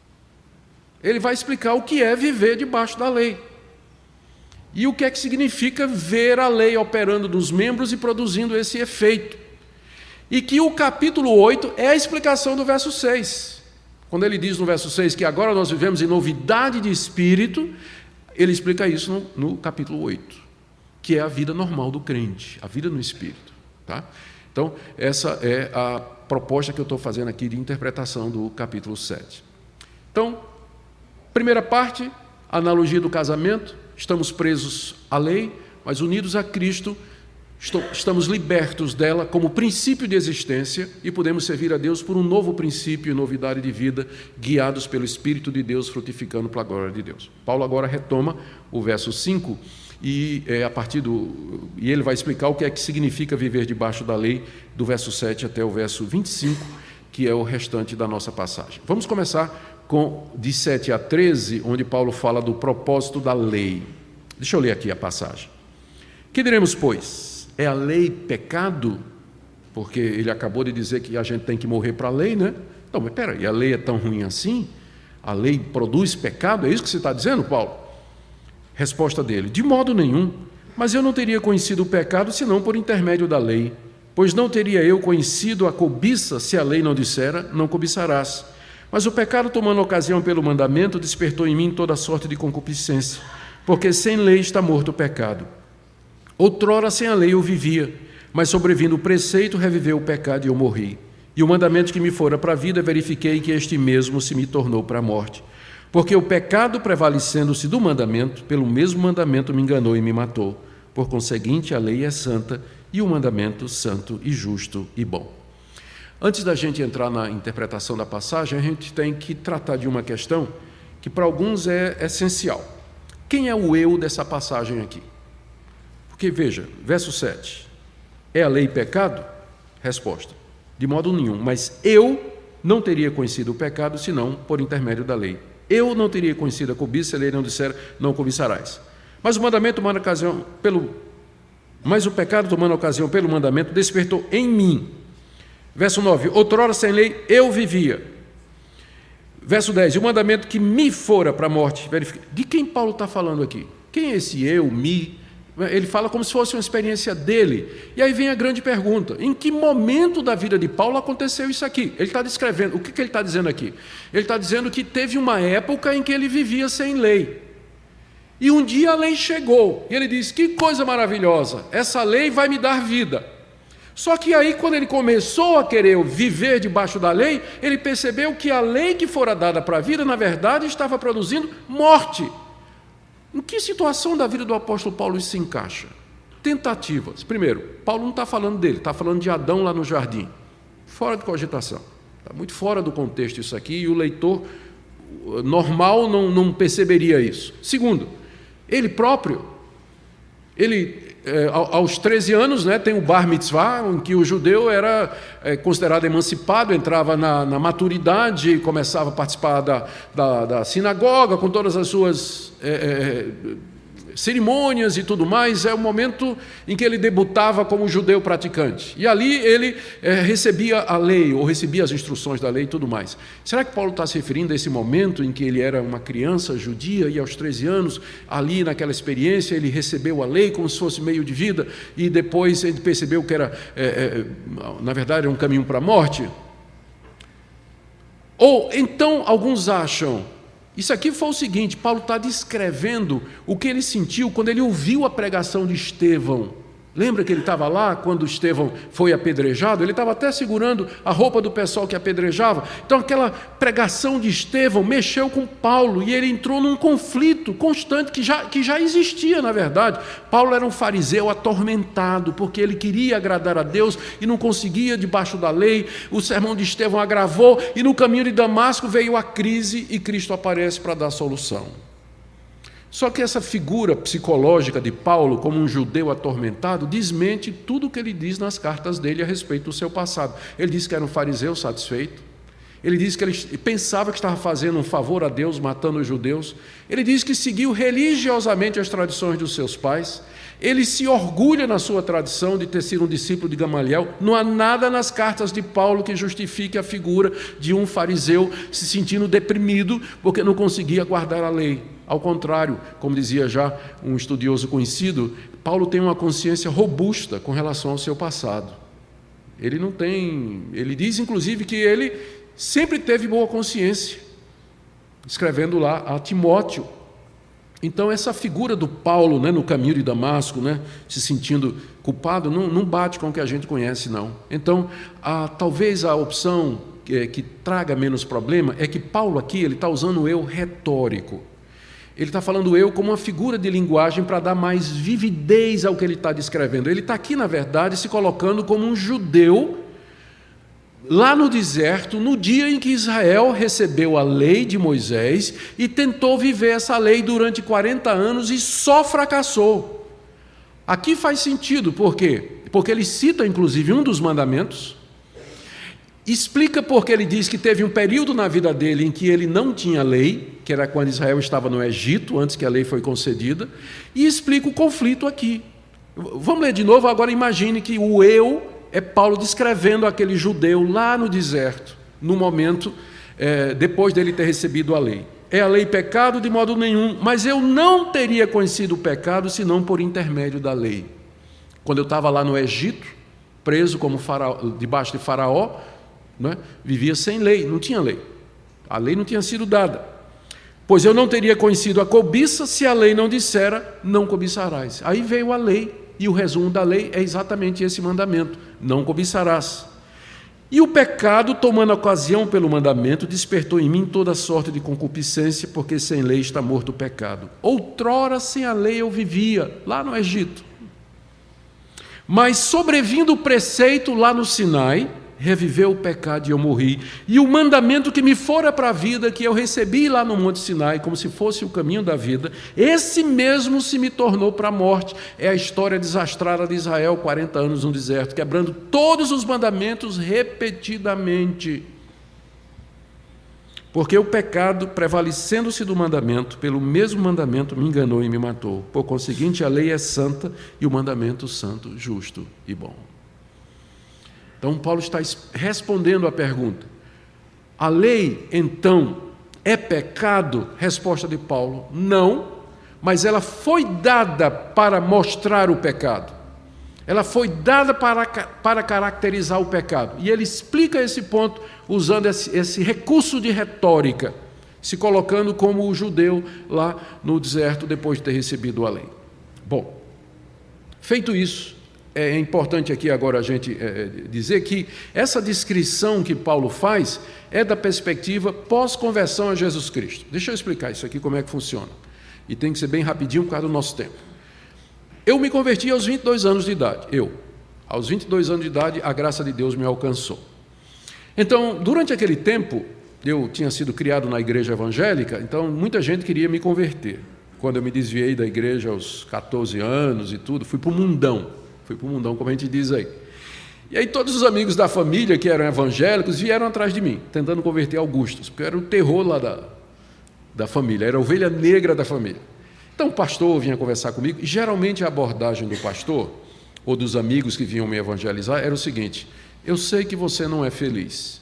Ele vai explicar o que é viver debaixo da lei. E o que é que significa ver a lei operando nos membros e produzindo esse efeito. E que o capítulo oito é a explicação do verso seis. Quando ele diz no verso seis que agora nós vivemos em novidade de espírito, ele explica isso no, no capítulo oito, que é a vida normal do crente, a vida no espírito. Tá? Então, essa é a proposta que eu estou fazendo aqui de interpretação do capítulo sete. Então, primeira parte, analogia do casamento. Estamos presos à lei, mas unidos a Cristo, estamos libertos dela como princípio de existência e podemos servir a Deus por um novo princípio e novidade de vida, guiados pelo Espírito de Deus, frutificando para a glória de Deus. Paulo agora retoma o verso cinco e, é, a partir do, e ele vai explicar o que é que significa viver debaixo da lei, do verso sete até o verso vinte e cinco, que é o restante da nossa passagem. Vamos começar com de sete a treze, onde Paulo fala do propósito da lei. Deixa eu ler aqui a passagem. Que diremos, pois? É a lei pecado? Porque ele acabou de dizer que a gente tem que morrer para a lei, né? Então, mas peraí, a lei é tão ruim assim? A lei produz pecado? É isso que você está dizendo, Paulo? Resposta dele: de modo nenhum, mas eu não teria conhecido o pecado senão por intermédio da lei, pois não teria eu conhecido a cobiça se a lei não dissera, não cobiçarás. Mas o pecado, tomando ocasião pelo mandamento, despertou em mim toda sorte de concupiscência, porque sem lei está morto o pecado. Outrora sem a lei eu vivia, mas sobrevindo o preceito, reviveu o pecado e eu morri. E o mandamento que me fora para a vida, verifiquei que este mesmo se me tornou para a morte. Porque o pecado, prevalecendo-se do mandamento, pelo mesmo mandamento me enganou e me matou. Por conseguinte, a lei é santa, e o mandamento santo e justo e bom. Antes da gente entrar na interpretação da passagem, a gente tem que tratar de uma questão que para alguns é essencial. Quem é o eu dessa passagem aqui? Porque, veja, verso sete, é a lei pecado? Resposta, de modo nenhum, mas eu não teria conhecido o pecado senão por intermédio da lei. Eu não teria conhecido a cobiça se a lei não disser, não cobiçarás. Mas o mandamento tomando ocasião pelo... Mas o pecado tomando ocasião pelo mandamento despertou em mim. Verso nove, outrora sem lei eu vivia. Verso dez, e o mandamento que me fora para a morte. De quem Paulo está falando aqui? Quem é esse eu, me? Ele fala como se fosse uma experiência dele. E aí vem a grande pergunta, em que momento da vida de Paulo aconteceu isso aqui? Ele está descrevendo, o que, que ele está dizendo aqui? Ele está dizendo que teve uma época em que ele vivia sem lei. E um dia a lei chegou, e ele disse, que coisa maravilhosa, essa lei vai me dar vida. Só que aí, quando ele começou a querer viver debaixo da lei, ele percebeu que a lei que fora dada para a vida, na verdade, estava produzindo morte. Em que situação da vida do apóstolo Paulo isso se encaixa? Tentativas. Primeiro, Paulo não está falando dele, está falando de Adão lá no jardim. Fora de cogitação. Está muito fora do contexto isso aqui, e o leitor normal não, não perceberia isso. Segundo, ele próprio, ele... É, aos treze anos, né, tem o bar mitzvah, em que o judeu era é, considerado emancipado, entrava na, na maturidade, começava a participar da, da, da sinagoga, com todas as suas é, é, cerimônias e tudo mais. É o momento em que ele debutava como judeu praticante. E ali ele é, recebia a lei, ou recebia as instruções da lei e tudo mais. Será que Paulo está se referindo a esse momento em que ele era uma criança judia e aos treze anos, ali naquela experiência, ele recebeu a lei como se fosse meio de vida e depois ele percebeu que era, é, é, na verdade, era um caminho para a morte? Ou então alguns acham, isso aqui foi o seguinte, Paulo está descrevendo o que ele sentiu quando ele ouviu a pregação de Estevão. Lembra que ele estava lá quando Estevão foi apedrejado? Ele estava até segurando a roupa do pessoal que apedrejava. Então aquela pregação de Estevão mexeu com Paulo e ele entrou num conflito constante que já, que já existia, na verdade. Paulo era um fariseu atormentado porque ele queria agradar a Deus e não conseguia debaixo da lei. O sermão de Estevão agravou e no caminho de Damasco veio a crise e Cristo aparece para dar solução. Só que essa figura psicológica de Paulo, como um judeu atormentado, desmente tudo o que ele diz nas cartas dele a respeito do seu passado. Ele diz que era um fariseu satisfeito. Ele diz que ele pensava que estava fazendo um favor a Deus, matando os judeus. Ele diz que seguiu religiosamente as tradições dos seus pais. Ele se orgulha na sua tradição de ter sido um discípulo de Gamaliel. Não há nada nas cartas de Paulo que justifique a figura de um fariseu se sentindo deprimido porque não conseguia guardar a lei. Ao contrário, como dizia já um estudioso conhecido, Paulo tem uma consciência robusta com relação ao seu passado. Ele não tem... Ele diz, inclusive, que ele sempre teve boa consciência, escrevendo lá a Timóteo. Então, essa figura do Paulo, né, no caminho de Damasco, né, se sentindo culpado, não, não bate com o que a gente conhece, não. Então, a, talvez a opção que, que traga menos problema é que Paulo aqui ele está usando o eu retórico. Ele está falando eu como uma figura de linguagem para dar mais vividez ao que ele está descrevendo. Ele está aqui, na verdade, se colocando como um judeu lá no deserto, no dia em que Israel recebeu a lei de Moisés e tentou viver essa lei durante quarenta anos e só fracassou. Aqui faz sentido, por quê? Porque ele cita, inclusive, um dos mandamentos, explica porque ele diz que teve um período na vida dele em que ele não tinha lei, que era quando Israel estava no Egito, antes que a lei foi concedida, e explica o conflito aqui. Vamos ler de novo, agora imagine que o eu é Paulo descrevendo aquele judeu lá no deserto, no momento, é, depois dele ter recebido a lei. É a lei pecado de modo nenhum, mas eu não teria conhecido o pecado senão por intermédio da lei. Quando eu estava lá no Egito, preso como faraó, debaixo de Faraó, né, vivia sem lei, não tinha lei. A lei não tinha sido dada. Pois eu não teria conhecido a cobiça se a lei não dissera, não cobiçarás. Aí veio a lei. E o resumo da lei é exatamente esse mandamento, não cobiçarás. E o pecado, tomando ocasião pelo mandamento, despertou em mim toda sorte de concupiscência, porque sem lei está morto o pecado. Outrora, sem a lei eu vivia, lá no Egito. Mas sobrevindo o preceito lá no Sinai, reviveu o pecado e eu morri. E o mandamento que me fora para a vida, que eu recebi lá no Monte Sinai, como se fosse o caminho da vida, esse mesmo se me tornou para a morte. É a história desastrada de Israel, quarenta anos no deserto, quebrando todos os mandamentos repetidamente. Porque o pecado, prevalecendo-se do mandamento, pelo mesmo mandamento me enganou e me matou. Por conseguinte, a lei é santa e o mandamento santo, justo e bom. Então, Paulo está respondendo à pergunta: a lei, então, é pecado? Resposta de Paulo: não, mas ela foi dada para mostrar o pecado. Ela foi dada para, para caracterizar o pecado. E ele explica esse ponto usando esse, esse recurso de retórica, se colocando como o judeu lá no deserto depois de ter recebido a lei. Bom, feito isso, é importante aqui agora a gente é, dizer que essa descrição que Paulo faz é da perspectiva pós-conversão a Jesus Cristo. Deixa eu explicar isso aqui, como é que funciona. E tem que ser bem rapidinho por causa do nosso tempo. Eu me converti aos vinte e dois anos de idade. Eu, aos vinte e dois anos de idade, a graça de Deus me alcançou. Então, durante aquele tempo, eu tinha sido criado na igreja evangélica, então muita gente queria me converter. Quando eu me desviei da igreja aos catorze anos e tudo, fui para o mundão. Fui para o mundão, como a gente diz aí. E aí todos os amigos da família que eram evangélicos vieram atrás de mim, tentando converter Augustus, porque eu era o terror lá da, da família, era a ovelha negra da família. Então o pastor vinha conversar comigo, e geralmente a abordagem do pastor, ou dos amigos que vinham me evangelizar, era o seguinte: eu sei que você não é feliz.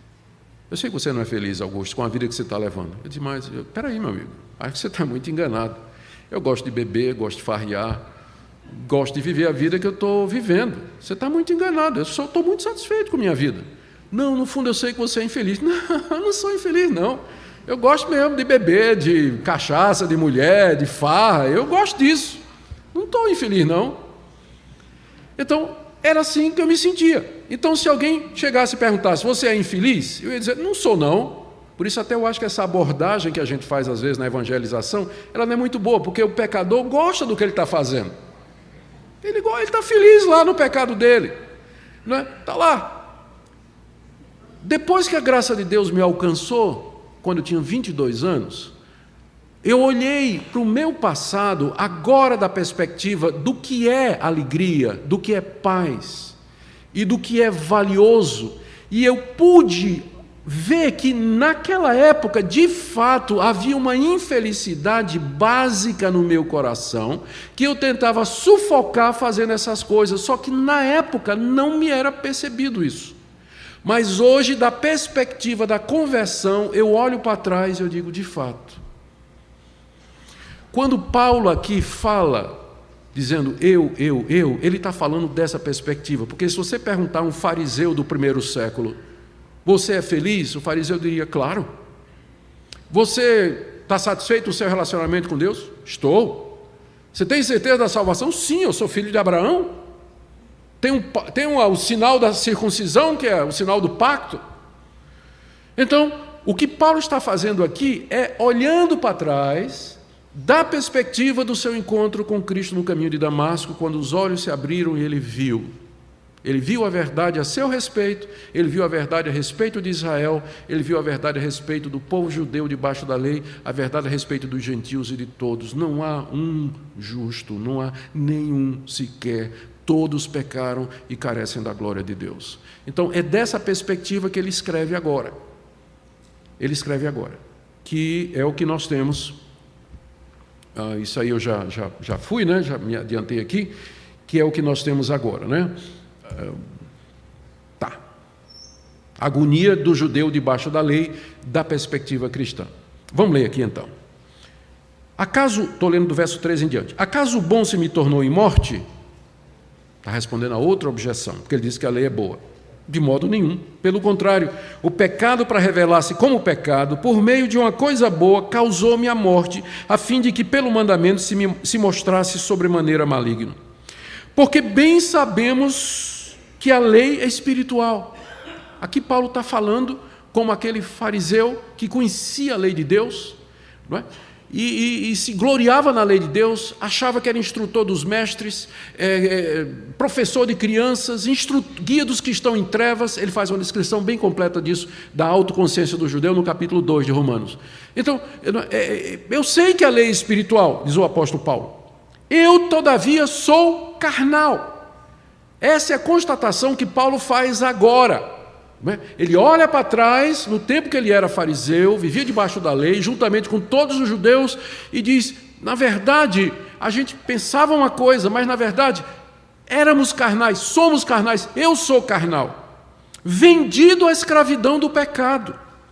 Eu sei que você não é feliz, Augusto, com a vida que você está levando. Eu disse, mas, peraí, meu amigo, acho que você está muito enganado. Eu gosto de beber, gosto de farrear, gosto de viver a vida que eu estou vivendo. Você está muito enganado, eu só estou muito satisfeito com a minha vida. Não, no fundo eu sei que você é infeliz. Não, eu não sou infeliz, não. Eu gosto mesmo de beber, de cachaça, de mulher, de farra, eu gosto disso. Não estou infeliz, não. Então, era assim que eu me sentia. Então, se alguém chegasse e perguntasse, você é infeliz? Eu ia dizer, não sou, não. Por isso até eu acho que essa abordagem que a gente faz, às vezes, na evangelização, ela não é muito boa, porque o pecador gosta do que ele está fazendo. Ele está feliz lá no pecado dele. Não é? Está lá. Depois que a graça de Deus me alcançou, quando eu tinha vinte e dois anos, eu olhei para o meu passado, agora da perspectiva do que é alegria, do que é paz e do que é valioso, e eu pude ver que naquela época, de fato, havia uma infelicidade básica no meu coração, que eu tentava sufocar fazendo essas coisas, só que na época não me era percebido isso. Mas hoje, da perspectiva da conversão, eu olho para trás e eu digo, de fato. Quando Paulo aqui fala, dizendo eu, eu, eu, ele está falando dessa perspectiva, porque se você perguntar a um fariseu do primeiro século, você é feliz? O fariseu diria, claro. Você está satisfeito com o seu relacionamento com Deus? Estou. Você tem certeza da salvação? Sim, eu sou filho de Abraão. Tem, um, tem um, o sinal da circuncisão, que é o sinal do pacto. Então, o que Paulo está fazendo aqui é olhando para trás, da perspectiva do seu encontro com Cristo no caminho de Damasco, quando os olhos se abriram e ele viu. Ele viu a verdade a seu respeito, ele viu a verdade a respeito de Israel, ele viu a verdade a respeito do povo judeu debaixo da lei, a verdade a respeito dos gentios e de todos. Não há um justo, não há nenhum sequer. Todos pecaram e carecem da glória de Deus. Então, é dessa perspectiva que ele escreve agora. Ele escreve agora, que é o que nós temos. Ah, isso aí eu já, já, já fui, né? Já me adiantei aqui, que é o que nós temos agora, né? Ah, tá. Agonia do judeu debaixo da lei, da perspectiva cristã. Vamos ler aqui então. Acaso, estou lendo do verso treze em diante, acaso o bom se me tornou em morte? Está respondendo a outra objeção, porque ele diz que a lei é boa. De modo nenhum. Pelo contrário, o pecado, para revelar-se como pecado, por meio de uma coisa boa, causou-me a morte, a fim de que pelo mandamento se, me, se mostrasse sobremaneira maligno. Porque bem sabemos que a lei é espiritual. Aqui Paulo está falando como aquele fariseu que conhecia a lei de Deus, não é? e, e, e se gloriava na lei de Deus, achava que era instrutor dos mestres, é, é, professor de crianças, instru, guia dos que estão em trevas. Ele faz uma descrição bem completa disso, da autoconsciência do judeu, no capítulo dois de Romanos. Então, eu, é, eu sei que a lei é espiritual, diz o apóstolo Paulo. Eu, todavia, sou carnal. Essa é a constatação que Paulo faz agora. Ele olha para trás, no tempo que ele era fariseu, vivia debaixo da lei, juntamente com todos os judeus, e diz, na verdade, a gente pensava uma coisa, mas na verdade, éramos carnais, somos carnais, eu sou carnal, vendido à escravidão do pecado,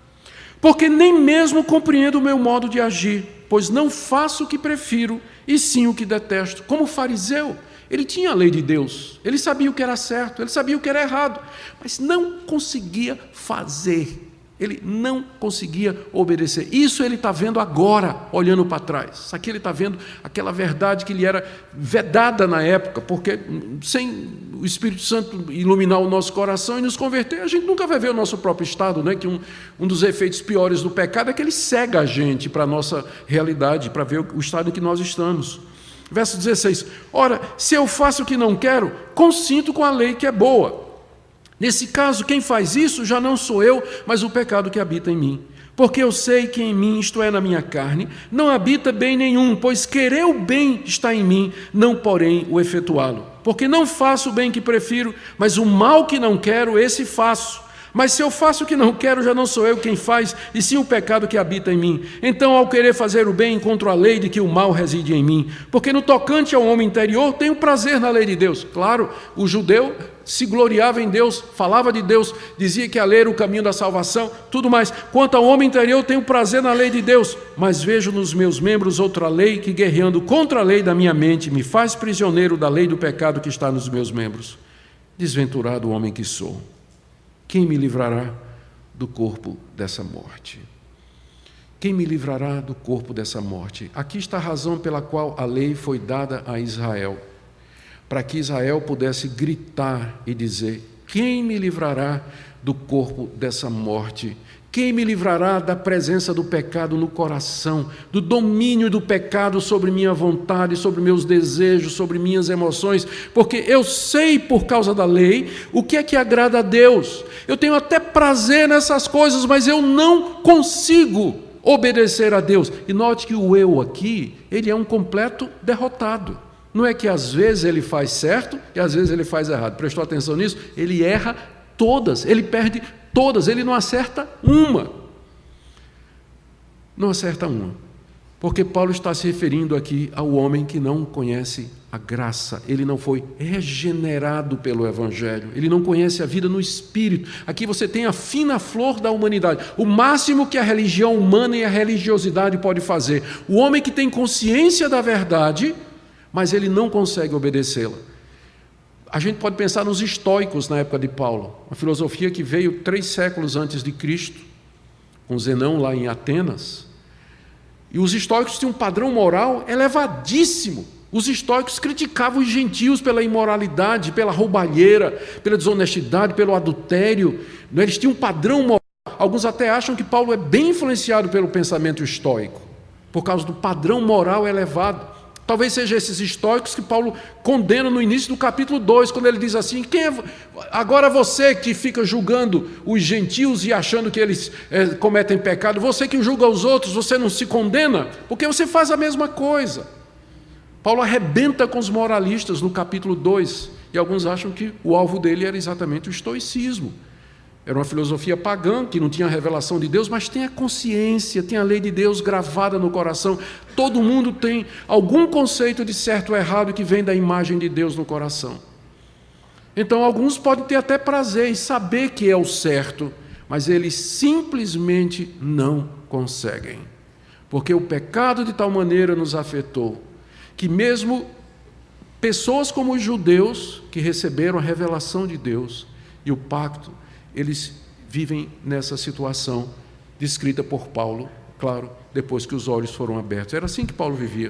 porque nem mesmo compreendo o meu modo de agir, pois não faço o que prefiro, e sim o que detesto. Como fariseu, ele tinha a lei de Deus, ele sabia o que era certo, ele sabia o que era errado, mas não conseguia fazer, ele não conseguia obedecer. Isso ele está vendo agora, olhando para trás. Aqui ele está vendo aquela verdade que lhe era vedada na época, porque sem o Espírito Santo iluminar o nosso coração e nos converter, a gente nunca vai ver o nosso próprio estado, né? Que um, um dos efeitos piores do pecado é que ele cega a gente para a nossa realidade, para ver o estado em que nós estamos. Verso dezesseis, ora, se eu faço o que não quero, consinto com a lei que é boa. Nesse caso, quem faz isso já não sou eu, mas o pecado que habita em mim. Porque eu sei que em mim, isto é, na minha carne, não habita bem nenhum, pois querer o bem está em mim, não porém o efetuá-lo. Porque não faço o bem que prefiro, mas o mal que não quero, esse faço. Mas se eu faço o que não quero, já não sou eu quem faz, e sim o pecado que habita em mim. Então, ao querer fazer o bem, encontro a lei de que o mal reside em mim. Porque no tocante ao homem interior, tenho prazer na lei de Deus. Claro, o judeu se gloriava em Deus, falava de Deus, dizia que a lei era o caminho da salvação, tudo mais. Quanto ao homem interior, tenho prazer na lei de Deus, mas vejo nos meus membros outra lei que, guerreando contra a lei da minha mente, me faz prisioneiro da lei do pecado que está nos meus membros. Desventurado o homem que sou. Quem me livrará do corpo dessa morte? Quem me livrará do corpo dessa morte? Aqui está a razão pela qual a lei foi dada a Israel, para que Israel pudesse gritar e dizer, quem me livrará do corpo dessa morte? Quem me livrará da presença do pecado no coração, do domínio do pecado sobre minha vontade, sobre meus desejos, sobre minhas emoções? Porque eu sei, por causa da lei, o que é que agrada a Deus. Eu tenho até prazer nessas coisas, mas eu não consigo obedecer a Deus. E note que o eu aqui, ele é um completo derrotado. Não é que às vezes ele faz certo e às vezes ele faz errado. Prestou atenção nisso? Ele erra todas, ele perde todas, ele não acerta uma. Não acerta uma. Porque Paulo está se referindo aqui ao homem que não conhece a graça, ele não foi regenerado pelo Evangelho, ele não conhece a vida no Espírito. Aqui você tem a fina flor da humanidade, o máximo que a religião humana e a religiosidade pode fazer. O homem que tem consciência da verdade, mas ele não consegue obedecê-la. A gente pode pensar nos estoicos na época de Paulo, uma filosofia que veio três séculos antes de Cristo, com Zenão lá em Atenas. E os estoicos tinham um padrão moral elevadíssimo. Os estoicos criticavam os gentios pela imoralidade, pela roubalheira, pela desonestidade, pelo adultério. Eles tinham um padrão moral. Alguns até acham que Paulo é bem influenciado pelo pensamento estoico, por causa do padrão moral elevado. Talvez seja esses estoicos que Paulo condena no início do capítulo dois, quando ele diz assim, quem é, agora você que fica julgando os gentios e achando que eles é, cometem pecado, você que julga os outros, você não se condena? Porque você faz a mesma coisa. Paulo arrebenta com os moralistas no capítulo dois, e alguns acham que o alvo dele era exatamente o estoicismo. Era uma filosofia pagã, que não tinha a revelação de Deus, mas tem a consciência, tem a lei de Deus gravada no coração. Todo mundo tem algum conceito de certo ou errado que vem da imagem de Deus no coração. Então, alguns podem ter até prazer em saber que é o certo, mas eles simplesmente não conseguem. Porque o pecado de tal maneira nos afetou, que mesmo pessoas como os judeus, que receberam a revelação de Deus e o pacto, eles vivem nessa situação descrita por Paulo, claro, depois que os olhos foram abertos. Era assim que Paulo vivia.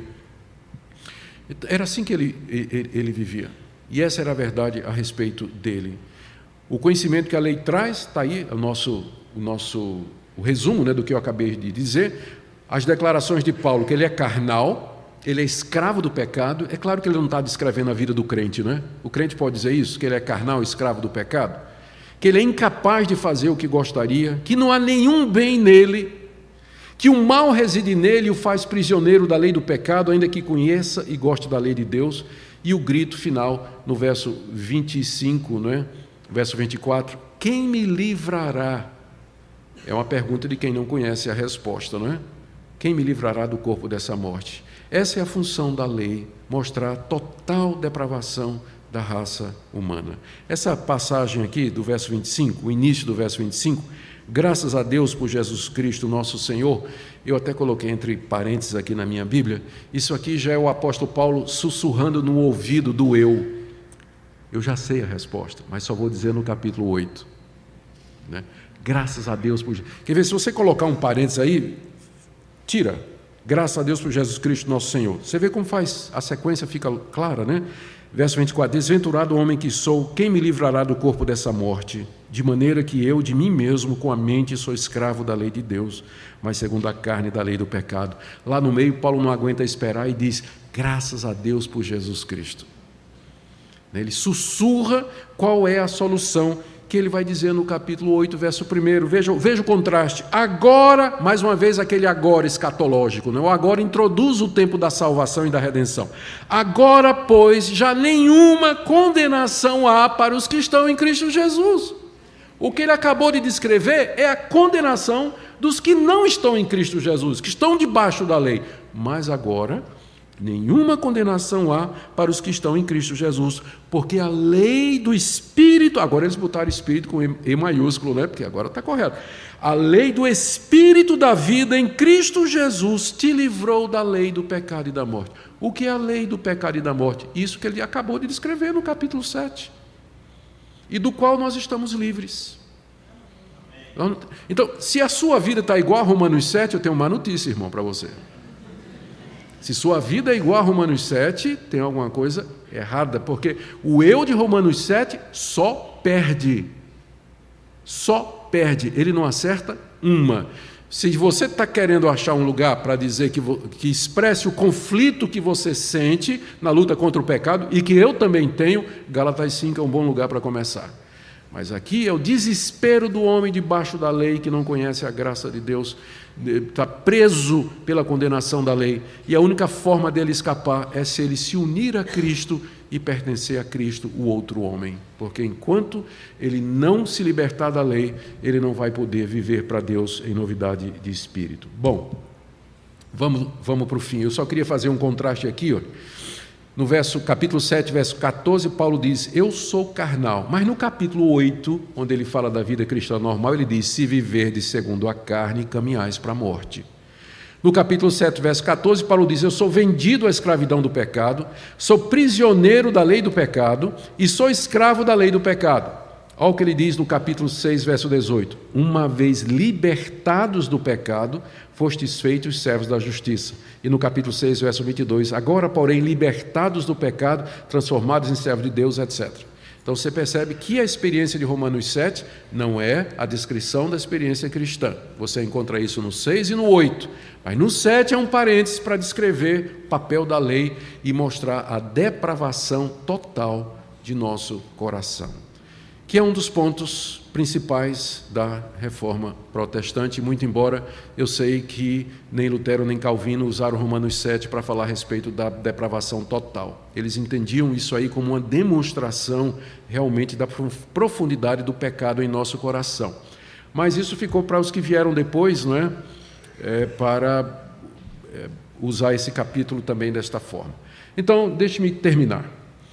Era assim que ele, ele, ele vivia. E essa era a verdade a respeito dele. O conhecimento que a lei traz, está aí o nosso, o nosso o resumo, né, do que eu acabei de dizer. as declarações de Paulo, que ele é carnal, ele é escravo do pecado. É claro que ele não está descrevendo a vida do crente, não é? O crente pode dizer isso, que ele é carnal, escravo do pecado, que ele é incapaz de fazer o que gostaria, que não há nenhum bem nele, que o mal reside nele e o faz prisioneiro da lei do pecado, ainda que conheça e goste da lei de Deus. E o grito final, no verso vinte e cinco, não é? Verso vinte e quatro, quem me livrará? É uma pergunta de quem não conhece a resposta, não é? Quem me livrará do corpo dessa morte? Essa é a função da lei, mostrar a total depravação da raça humana. Essa passagem aqui do verso vinte e cinco, o início do verso vinte e cinco, graças a Deus por Jesus Cristo, nosso Senhor, eu até coloquei entre parênteses aqui na minha Bíblia, isso aqui já é o apóstolo Paulo sussurrando no ouvido do eu. Eu já sei a resposta, mas só vou dizer no capítulo oito. Né? Graças a Deus por... Quer ver, se você colocar um parênteses aí, tira, graças a Deus por Jesus Cristo, nosso Senhor. Você vê como faz, a sequência fica clara, né? Verso vinte e quatro, desventurado homem que sou, quem me livrará do corpo dessa morte? De maneira que eu, de mim mesmo, com a mente, sou escravo da lei de Deus, mas segundo a carne, da lei do pecado. Lá no meio, Paulo não aguenta esperar e diz, graças a Deus por Jesus Cristo. Ele sussurra qual é a solução que ele vai dizer no capítulo oito, verso um. Veja, veja o contraste. Agora, mais uma vez, aquele agora escatológico. Né? O agora introduz o tempo da salvação e da redenção. Agora, pois, já nenhuma condenação há para os que estão em Cristo Jesus. O que ele acabou de descrever é a condenação dos que não estão em Cristo Jesus, que estão debaixo da lei. Mas agora... nenhuma condenação há para os que estão em Cristo Jesus, porque a lei do Espírito, agora eles botaram Espírito com E maiúsculo, né? Porque agora está correto, a lei do Espírito da vida em Cristo Jesus te livrou da lei do pecado e da morte. O que é a lei do pecado e da morte? Isso que ele acabou de descrever no capítulo sete, e do qual nós estamos livres. Então, se a sua vida está igual a Romanos sete, eu tenho uma notícia, irmão, para você. Se sua vida é igual a Romanos sete, tem alguma coisa errada, porque o eu de Romanos sete só perde. Só perde, ele não acerta uma. Se você está querendo achar um lugar para dizer que, que expresse o conflito que você sente na luta contra o pecado, e que eu também tenho, Gálatas cinco é um bom lugar para começar. Mas aqui é o desespero do homem debaixo da lei, que não conhece a graça de Deus, está preso pela condenação da lei, e a única forma dele escapar é se ele se unir a Cristo e pertencer a Cristo, o outro homem, porque enquanto ele não se libertar da lei, ele não vai poder viver para Deus em novidade de espírito. Bom, vamos, vamos para o fim. Eu só queria fazer um contraste aqui, ó. No verso, capítulo sete, verso catorze, Paulo diz, eu sou carnal. Mas no capítulo oito, onde ele fala da vida cristã normal, ele diz, se viverdes segundo a carne, caminhais para a morte. No capítulo sete, verso catorze, Paulo diz, eu sou vendido à escravidão do pecado, sou prisioneiro da lei do pecado e sou escravo da lei do pecado. Olha o que ele diz no capítulo seis, verso dezoito. Uma vez libertados do pecado, fostes feitos servos da justiça. E no capítulo seis, verso vinte e dois, agora, porém, libertados do pecado, transformados em servos de Deus, etcétera. Então você percebe que a experiência de Romanos sete não é a descrição da experiência cristã. Você encontra isso no seis e no oito. Mas no sete é um parênteses para descrever o papel da lei e mostrar a depravação total de nosso coração, que é um dos pontos principais da reforma protestante, muito embora eu sei que nem Lutero nem Calvino usaram Romanos sete para falar a respeito da depravação total. Eles entendiam isso aí como uma demonstração realmente da profundidade do pecado em nosso coração. Mas isso ficou para os que vieram depois, não é? É, para é, usar esse capítulo também desta forma. Então, deixe-me terminar.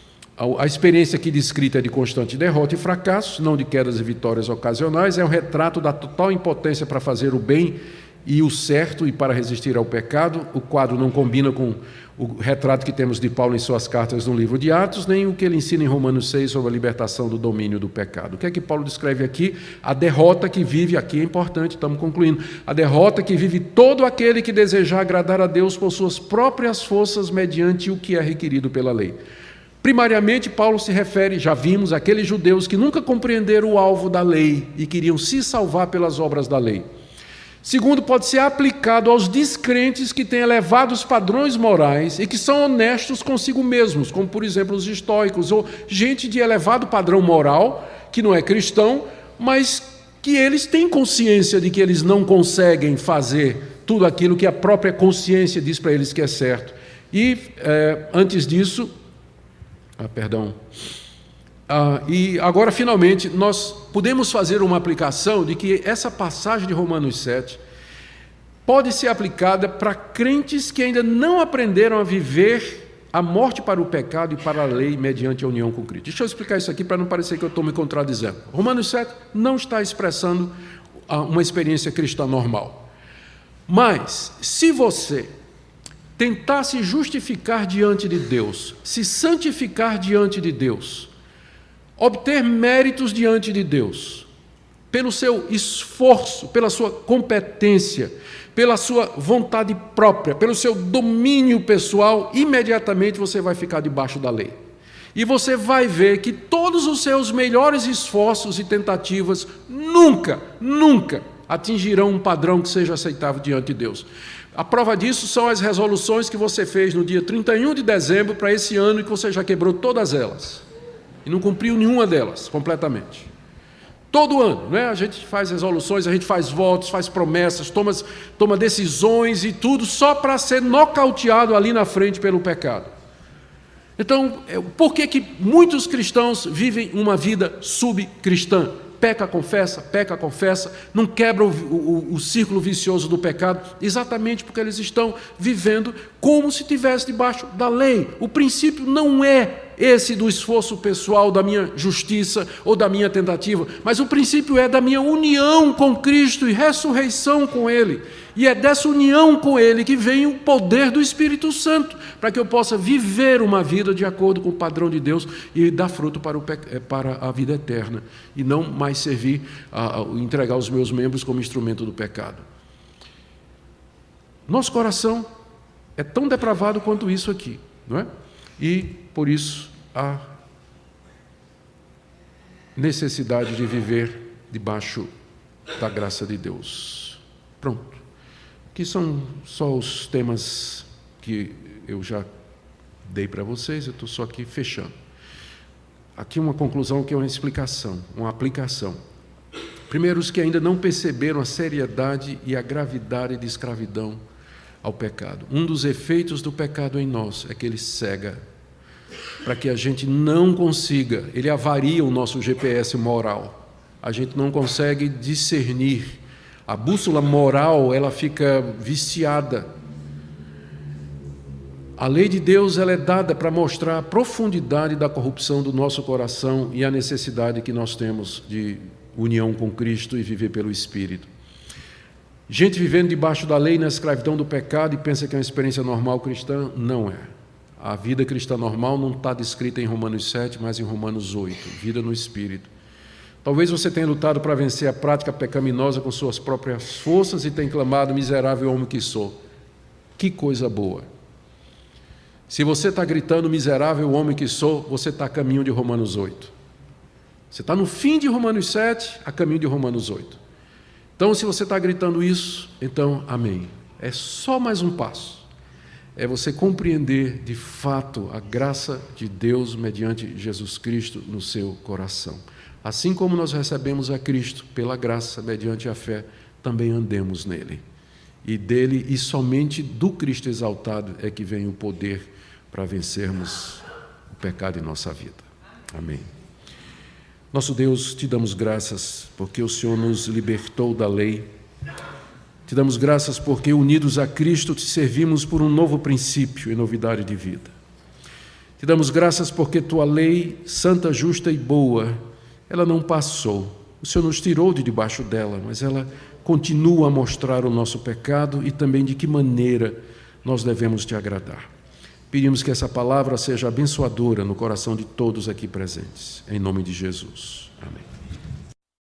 A experiência aqui descrita é de constante derrota e fracasso, não de quedas e vitórias ocasionais, é um retrato da total impotência para fazer o bem e o certo e para resistir ao pecado. O quadro não combina com o retrato que temos de Paulo em suas cartas no livro de Atos, nem o que ele ensina em Romanos seis sobre a libertação do domínio do pecado. O que é que Paulo descreve aqui? A derrota que vive, aqui é importante, estamos concluindo, a derrota que vive todo aquele que desejar agradar a Deus por suas próprias forças mediante o que é requerido pela lei. Primariamente, Paulo se refere, já vimos, àqueles judeus que nunca compreenderam o alvo da lei e queriam se salvar pelas obras da lei. Segundo, pode ser aplicado aos descrentes que têm elevados padrões morais e que são honestos consigo mesmos, como, por exemplo, os estoicos, ou gente de elevado padrão moral, que não é cristão, mas que eles têm consciência de que eles não conseguem fazer tudo aquilo que a própria consciência diz para eles que é certo. E, é, antes disso... Ah, perdão... Ah, e agora, finalmente, nós podemos fazer uma aplicação de que essa passagem de Romanos sete pode ser aplicada para crentes que ainda não aprenderam a viver a morte para o pecado e para a lei mediante a união com Cristo. Deixa eu explicar isso aqui para não parecer que eu estou me contradizendo. Romanos sete não está expressando uma experiência cristã normal. Mas, se você tentar se justificar diante de Deus, se santificar diante de Deus, obter méritos diante de Deus, pelo seu esforço, pela sua competência, pela sua vontade própria, pelo seu domínio pessoal, imediatamente você vai ficar debaixo da lei. E você vai ver que todos os seus melhores esforços e tentativas nunca, nunca atingirão um padrão que seja aceitável diante de Deus. A prova disso são as resoluções que você fez no dia trinta e um de dezembro para esse ano e que você já quebrou todas elas. E não cumpriu nenhuma delas completamente. Todo ano, né? A gente faz resoluções, a gente faz votos, faz promessas, toma, toma decisões e tudo só para ser nocauteado ali na frente pelo pecado. Então, por que que muitos cristãos vivem uma vida subcristã? Peca, confessa, peca, confessa, não quebra o, o, o círculo vicioso do pecado, exatamente porque eles estão vivendo como se estivesse debaixo da lei. O princípio não é esse do esforço pessoal, da minha justiça ou da minha tentativa, mas o princípio é da minha união com Cristo e ressurreição com Ele. E é dessa união com Ele que vem o poder do Espírito Santo, para que eu possa viver uma vida de acordo com o padrão de Deus e dar fruto para, o, para a vida eterna, e não mais servir, a, a entregar os meus membros como instrumento do pecado. Nosso coração é tão depravado quanto isso aqui, não é? E, por isso, há necessidade de viver debaixo da graça de Deus. Pronto. Que são só os temas que eu já dei para vocês, eu estou só aqui fechando. Aqui uma conclusão que é uma explicação, uma aplicação. Primeiro, os que ainda não perceberam a seriedade e a gravidade de escravidão ao pecado. Um dos efeitos do pecado em nós é que ele cega, para que a gente não consiga, ele avaria o nosso G P S moral. A gente não consegue discernir. A bússola moral, ela fica viciada. A lei de Deus, ela é dada para mostrar a profundidade da corrupção do nosso coração e a necessidade que nós temos de união com Cristo e viver pelo Espírito. Gente vivendo debaixo da lei na escravidão do pecado e pensa que é uma experiência normal cristã, não é. A vida cristã normal não está descrita em Romanos sete, mas em Romanos oito, vida no Espírito. Talvez você tenha lutado para vencer a prática pecaminosa com suas próprias forças e tenha clamado, miserável homem que sou. Que coisa boa. Se você está gritando, miserável homem que sou, você está a caminho de Romanos oito. Você está no fim de Romanos sete, a caminho de Romanos oito. Então, se você está gritando isso, então, amém. É só mais um passo. É você compreender de fato a graça de Deus mediante Jesus Cristo no seu coração. Assim como nós recebemos a Cristo pela graça mediante a fé, também andemos nele. E dele e somente do Cristo exaltado é que vem o poder para vencermos o pecado em nossa vida. Amém. Nosso Deus, te damos graças porque o Senhor nos libertou da lei. Te damos graças porque, unidos a Cristo, te servimos por um novo princípio e novidade de vida. Te damos graças porque tua lei, santa, justa e boa, ela não passou. O Senhor nos tirou de debaixo dela, mas ela continua a mostrar o nosso pecado e também de que maneira nós devemos te agradar. Pedimos que essa palavra seja abençoadora no coração de todos aqui presentes. Em nome de Jesus. Amém.